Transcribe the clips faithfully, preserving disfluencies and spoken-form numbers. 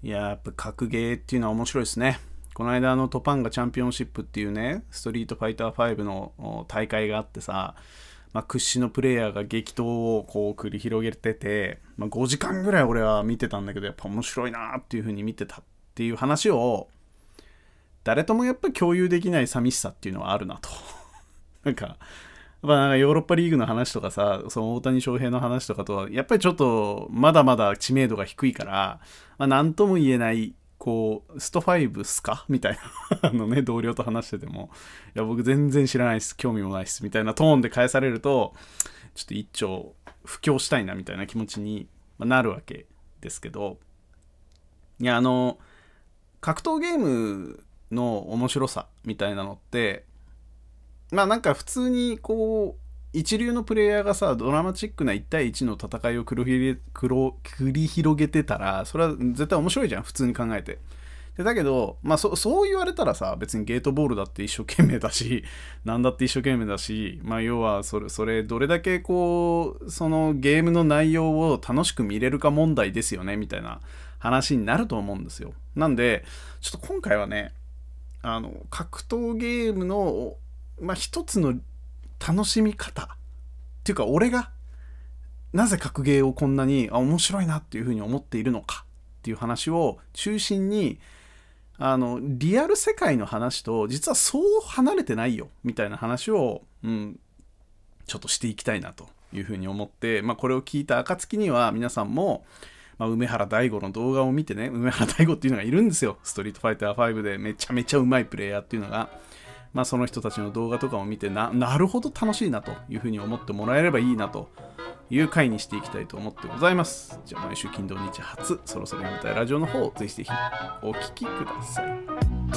いや、やっぱ格ゲーっていうのは面白いですね。この間のトパンガチャンピオンシップっていうね、ストリートファイターファイブの大会があってさ、まあ、屈指のプレイヤーが激闘をこう繰り広げてて、まあ、ごじかんぐらい俺は見てたんだけど、やっぱ面白いなっていう風に見てたっていう話を、誰ともやっぱ共有できない寂しさっていうのはあるなと。なんか、まあ、なんかヨーロッパリーグの話とかさ、その大谷翔平の話とかとは、やっぱりちょっとまだまだ知名度が低いから、まあ、なんとも言えない、こう、ストファイブっすかみたいな、あのね、同僚と話してても、いや、僕全然知らないっす、興味もないっす、みたいなトーンで返されると、ちょっと一丁布教したいな、みたいな気持ちになるわけですけど、いや、あの、格闘ゲームの面白さみたいなのって、まあなんか普通にこう一流のプレイヤーがさドラマチックないち対いちの戦いを繰り繰り広げてたらそれは絶対面白いじゃん普通に考えて。でだけどまあ そ, そう言われたらさ別にゲートボールだって一生懸命だしなんだって一生懸命だしまあ要はそれそれどれだけこうそのゲームの内容を楽しく見れるか問題ですよねみたいな話になると思うんですよ。なんでちょっと今回はねあの格闘ゲームのまあ一つの楽しみ方っていうか俺がなぜ格ゲーをこんなにあ面白いなっていうふうに思っているのかっていう話を中心にあのリアル世界の話と実はそう離れてないよみたいな話を、うん、ちょっとしていきたいなというふうに思って、まあ、これを聞いた暁には皆さんも、まあ、梅原大吾の動画を見てね梅原大吾っていうのがいるんですよストリートファイターファイブでめちゃめちゃうまいプレイヤーっていうのが。まあ、その人たちの動画とかを見て な, なるほど楽しいなというふうに思ってもらえればいいなという回にしていきたいと思ってございます。じゃあ毎週金土日初そろそろやめたいラジオの方ぜひぜひお聞きください。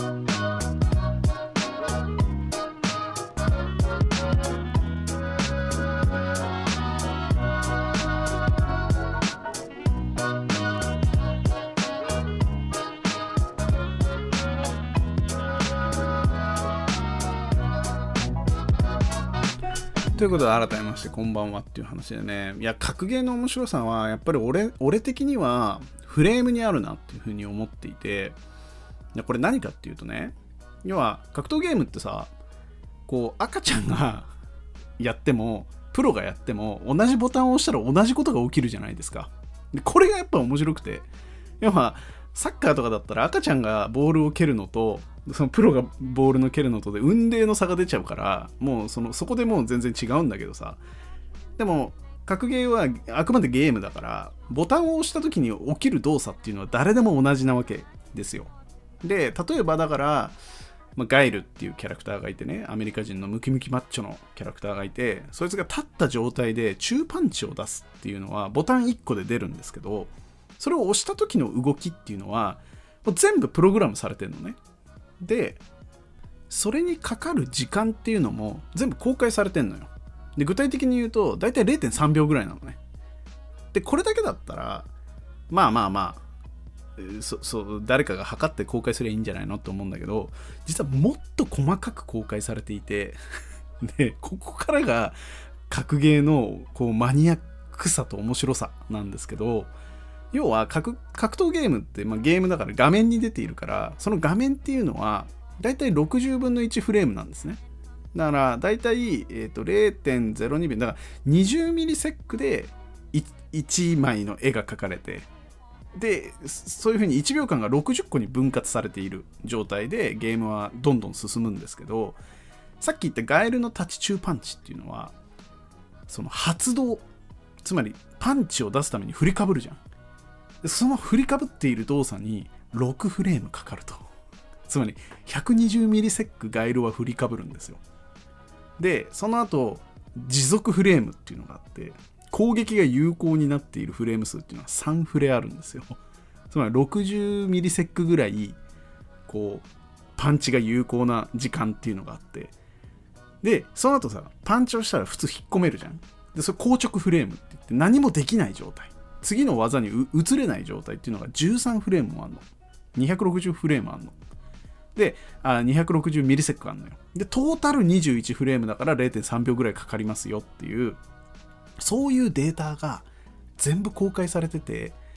ということで改めましてこんばんはっていう話でね、いや格ゲーの面白さはやっぱり 俺, 俺的にはフレームにあるなっていうふうに思っていて、いやこれ何かっていうとね、要は格闘ゲームってさこう赤ちゃんがやってもプロがやっても同じボタンを押したら同じことが起きるじゃないですか。でこれがやっぱ面白くて、要はサッカーとかだったら赤ちゃんがボールを蹴るのとそのプロがボールの蹴るのとで雲泥の差が出ちゃうからもう そ, のそこでもう全然違うんだけどさ、でも格ゲーはあくまでゲームだからボタンを押した時に起きる動作っていうのは誰でも同じなわけですよ。で例えばだから、まあ、ガイルっていうキャラクターがいてね、アメリカ人のムキムキマッチョのキャラクターがいて、そいつが立った状態で中パンチを出すっていうのはボタンいっこで出るんですけど、それを押した時の動きっていうのはもう全部プログラムされてるのね。でそれにかかる時間っていうのも全部公開されてんのよ。で具体的に言うと大体 れいてんさんびょうぐらいなのね。でこれだけだったらまあまあまあ そ, そう誰かが測って公開すればいいんじゃないのって思うんだけど、実はもっと細かく公開されていてでここからが格ゲーのこうマニアックさと面白さなんですけど、要は 格, 格闘ゲームって、まあ、ゲームだから画面に出ているから、その画面っていうのはだいたいろくじゅうぶんのいちフレームなんですね。だからだいたい、えー、と れいてんゼロにびょうだからにじゅうミリセックでいちまいの絵が描かれて、でそういう風にいちびょうかんがろくじゅっこに分割されている状態でゲームはどんどん進むんですけど、さっき言ったガエルのタッチ中パンチっていうのはその発動、つまりパンチを出すために振りかぶるじゃん。でその振りかぶっている動作にろくフレームかかると、つまりひゃくにじゅうミリセックガエルは振りかぶるんですよ。でその後持続フレームっていうのがあって、攻撃が有効になっているフレーム数っていうのはさんフレあるんですよ。つまりろくじゅうミリセックぐらいこうパンチが有効な時間っていうのがあって、でその後さパンチをしたら普通引っ込めるじゃん。でそれ硬直フレームって言って何もできない状態、次の技に移れない状態っていうのがじゅうさんフレームもあるの。にひゃくろくじゅうフレームあるの。で、あにひゃくろくじゅうミリセックあるのよ。で、トータルにじゅういちフレームだから れいてんさんびょうぐらいかかりますよっていう、そういうデータが全部公開されてて、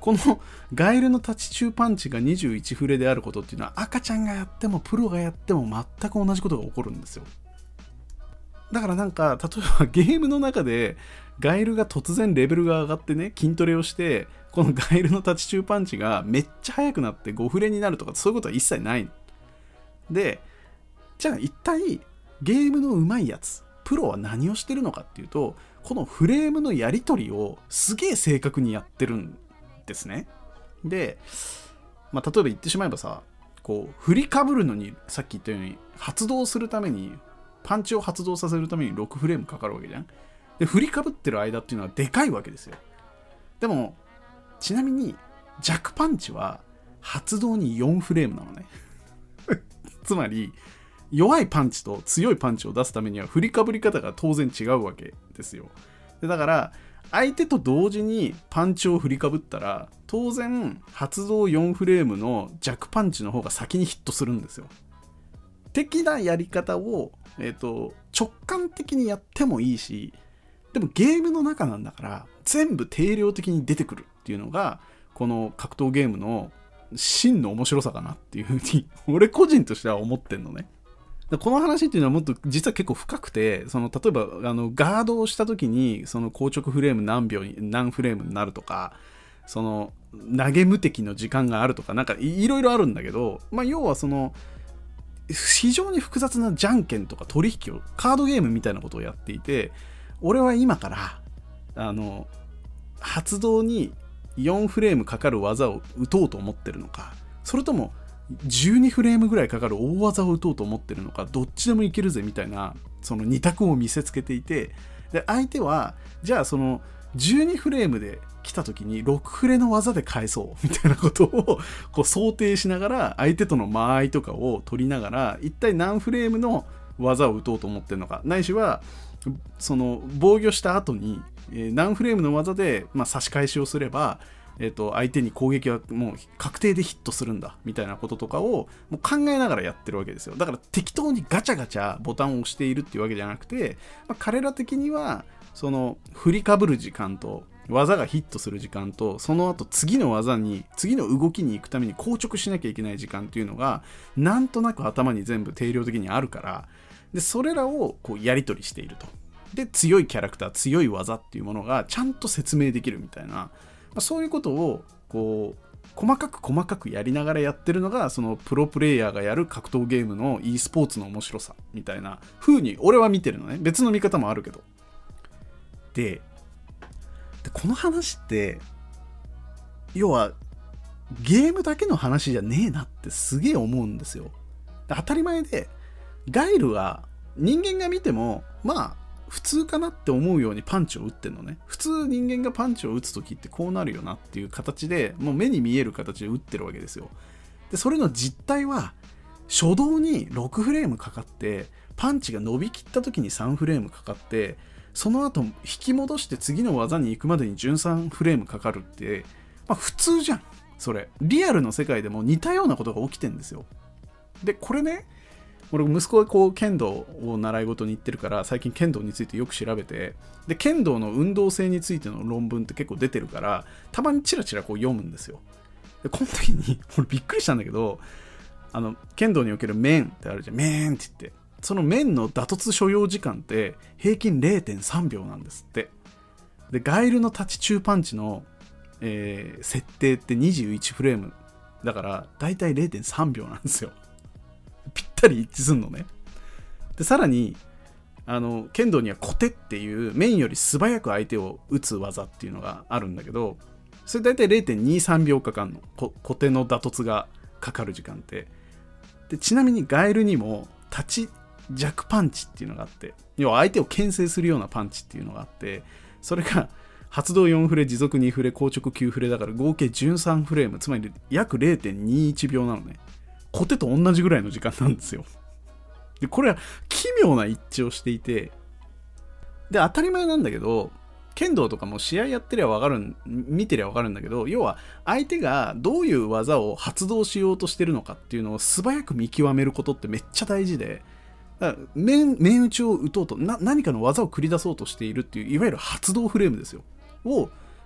このガエルのタチ中パンチがにじゅういちフレであることっていうのは赤ちゃんがやってもプロがやっても全く同じことが起こるんですよ。だからなんか例えばゲームの中でガエルが突然レベルが上がってね筋トレをしてこのガエルのタチ中パンチがめっちゃ速くなってごフレになるとかそういうことは一切ないで、じゃあ一体ゲームの上手いやつプロは何をしてるのかっていうと、このフレームのやり取りをすげえ正確にやってるんですね。で、まあ、例えば言ってしまえばさ、こう振りかぶるのにさっき言ったように発動するためにパンチを発動させるためにろくフレームかかるわけじゃん。で振りかぶってる間っていうのはでかいわけですよ。でもちなみに弱パンチは発動によんフレームなのねつまり弱いパンチと強いパンチを出すためには振りかぶり方が当然違うわけですよ。でだから相手と同時にパンチを振りかぶったら当然発動よんフレームの弱パンチの方が先にヒットするんですよ。的なやり方を、えーと、直感的にやってもいいし、でもゲームの中なんだから全部定量的に出てくるっていうのがこの格闘ゲームの真の面白さかなっていうふうに俺個人としては思ってんのね。この話っていうのはもっと実は結構深くて、その例えばあのガードをした時にその硬直フレーム何秒に何フレームになるとか、その投げ無敵の時間があるとかなんかいろいろあるんだけど、まあ要はその非常に複雑なじゃんけんとか取引をカードゲームみたいなことをやっていて、俺は今からあの発動によんフレームかかる技を打とうと思ってるのか、それともじゅうにフレームぐらいかかる大技を打とうと思ってるのか、どっちでもいけるぜみたいなそのに択を見せつけていて、で相手はじゃあそのじゅうにフレームで来た時にろくフレの技で返そうみたいなことをこう想定しながら相手との間合いとかを取りながら一体何フレームの技を打とうと思ってるのか、ないしはその防御した後に何フレームの技でまあ差し返しをすればえー、と相手に攻撃はもう確定でヒットするんだみたいなこととかをもう考えながらやってるわけですよ。だから適当にガチャガチャボタンを押しているっていうわけじゃなくて、まあ、彼ら的にはその振りかぶる時間と技がヒットする時間とその後次の技に次の動きに行くために硬直しなきゃいけない時間っていうのがなんとなく頭に全部定量的にあるから、でそれらをこうやり取りしていると。で強いキャラクター強い技っていうものがちゃんと説明できるみたいな、そういうことをこう細かく細かくやりながらやってるのがそのプロプレイヤーがやる格闘ゲームの e スポーツの面白さみたいな風に俺は見てるのね。別の見方もあるけど。で、でこの話って要はゲームだけの話じゃねえなってすげえ思うんですよ。当たり前でガイルは人間が見てもまあ普通かなって思うようにパンチを打ってんのね。普通人間がパンチを打つときってこうなるよなっていう形でもう目に見える形で打ってるわけですよ。でそれの実態は初動にろくフレームかかってパンチが伸びきった時にさんフレームかかってその後引き戻して次の技に行くまでにじゅうさんフレームかかるって、まあ、普通じゃん。それリアルの世界でも似たようなことが起きてんですよ。でこれね、俺息子がこう剣道を習い事に行ってるから最近剣道についてよく調べて、で剣道の運動性についての論文って結構出てるからたまにチラチラこう読むんですよ。でこの時に俺びっくりしたんだけど、あの剣道における面ってあるじゃん、面って言って、その面の打突所要時間って平均 れいてんさんびょうなんですって。でガイルのタチ中パンチの、えー、設定ってにじゅういちフレームだからだいたい れいてんさんびょうなんですよ。ぴったり一致すんのね。でさらにあの剣道には小手っていう面より素早く相手を打つ技っていうのがあるんだけど、それだいたい れいてんにさんびょうかかんの、小手の打突がかかる時間って。でちなみにガエルにも立ち弱パンチっていうのがあって、要は相手を牽制するようなパンチっていうのがあって、それが発動よんフレ持続にフレ硬直きゅうフレだから合計じゅうさんフレーム、つまり約 れいてんにいちびょうなのね。小手と同じぐらいの時間なんですよ。でこれは奇妙な一致をしていて、で当たり前なんだけど剣道とかも試合やってりゃ分かる見てりゃ分かるんだけど、要は相手がどういう技を発動しようとしてるのかっていうのを素早く見極めることってめっちゃ大事で、だから面、面打ちを打とうとな何かの技を繰り出そうとしているっていういわゆる発動フレームですよを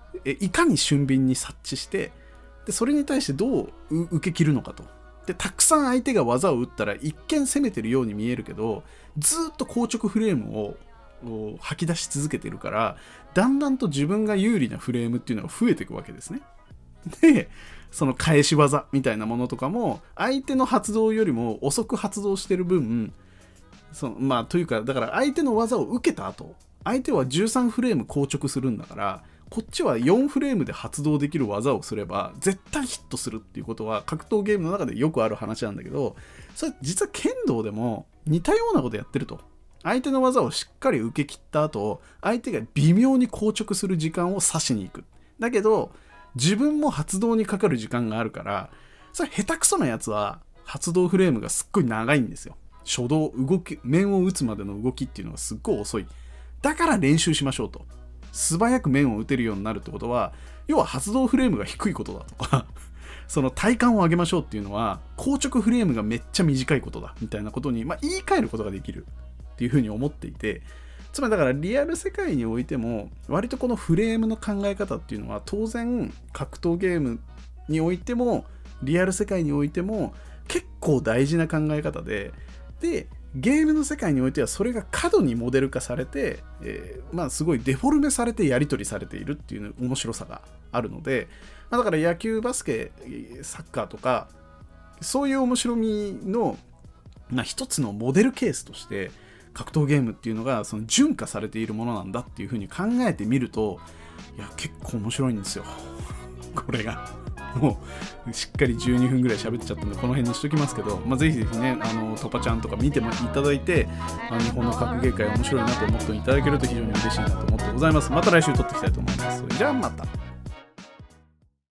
えいかに俊敏に察知して、でそれに対してどう受け切るのかと。でたくさん相手が技を打ったら一見攻めてるように見えるけど、ずっと硬直フレームを吐き出し続けてるから、だんだんと自分が有利なフレームっていうのが増えていくわけですね。でその返し技みたいなものとかも相手の発動よりも遅く発動してる分、そのまあというかだから相手の技を受けた後、相手はじゅうさんフレーム硬直するんだから、こっちはよんフレームで発動できる技をすれば絶対ヒットするっていうことは格闘ゲームの中でよくある話なんだけど、それ実は剣道でも似たようなことやってると。相手の技をしっかり受け切った後、相手が微妙に硬直する時間を刺しに行く。だけど自分も発動にかかる時間があるから、それ下手くそなやつは発動フレームがすっごい長いんですよ。初動、動き、面を打つまでの動きっていうのがすっごい遅い。だから練習しましょうと。素早く面を打てるようになるってことは、要は発動フレームが低いことだとかその体感を上げましょうっていうのは硬直フレームがめっちゃ短いことだみたいなことに、まあ、言い換えることができるっていうふうに思っていて、つまりだからリアル世界においても割とこのフレームの考え方っていうのは当然格闘ゲームにおいてもリアル世界においても結構大事な考え方で、でゲームの世界においてはそれが過度にモデル化されて、えー、まあすごいデフォルメされてやり取りされているっていう面白さがあるので、まあ、だから野球、バスケ、サッカーとかそういう面白みの、まあ、一つのモデルケースとして格闘ゲームっていうのがその純化されているものなんだっていうふうに考えてみると、いや結構面白いんですよこれが。もうしっかりじゅうにふんぐらい喋っちゃったんでこの辺にしときますけど、まあ、ぜひぜひねあのトパちゃんとか見てもいただいて、あの日本の格ゲー界面白いなと思っていただけると非常に嬉しいなと思ってございます。また来週撮っていきたいと思います。じゃあまた。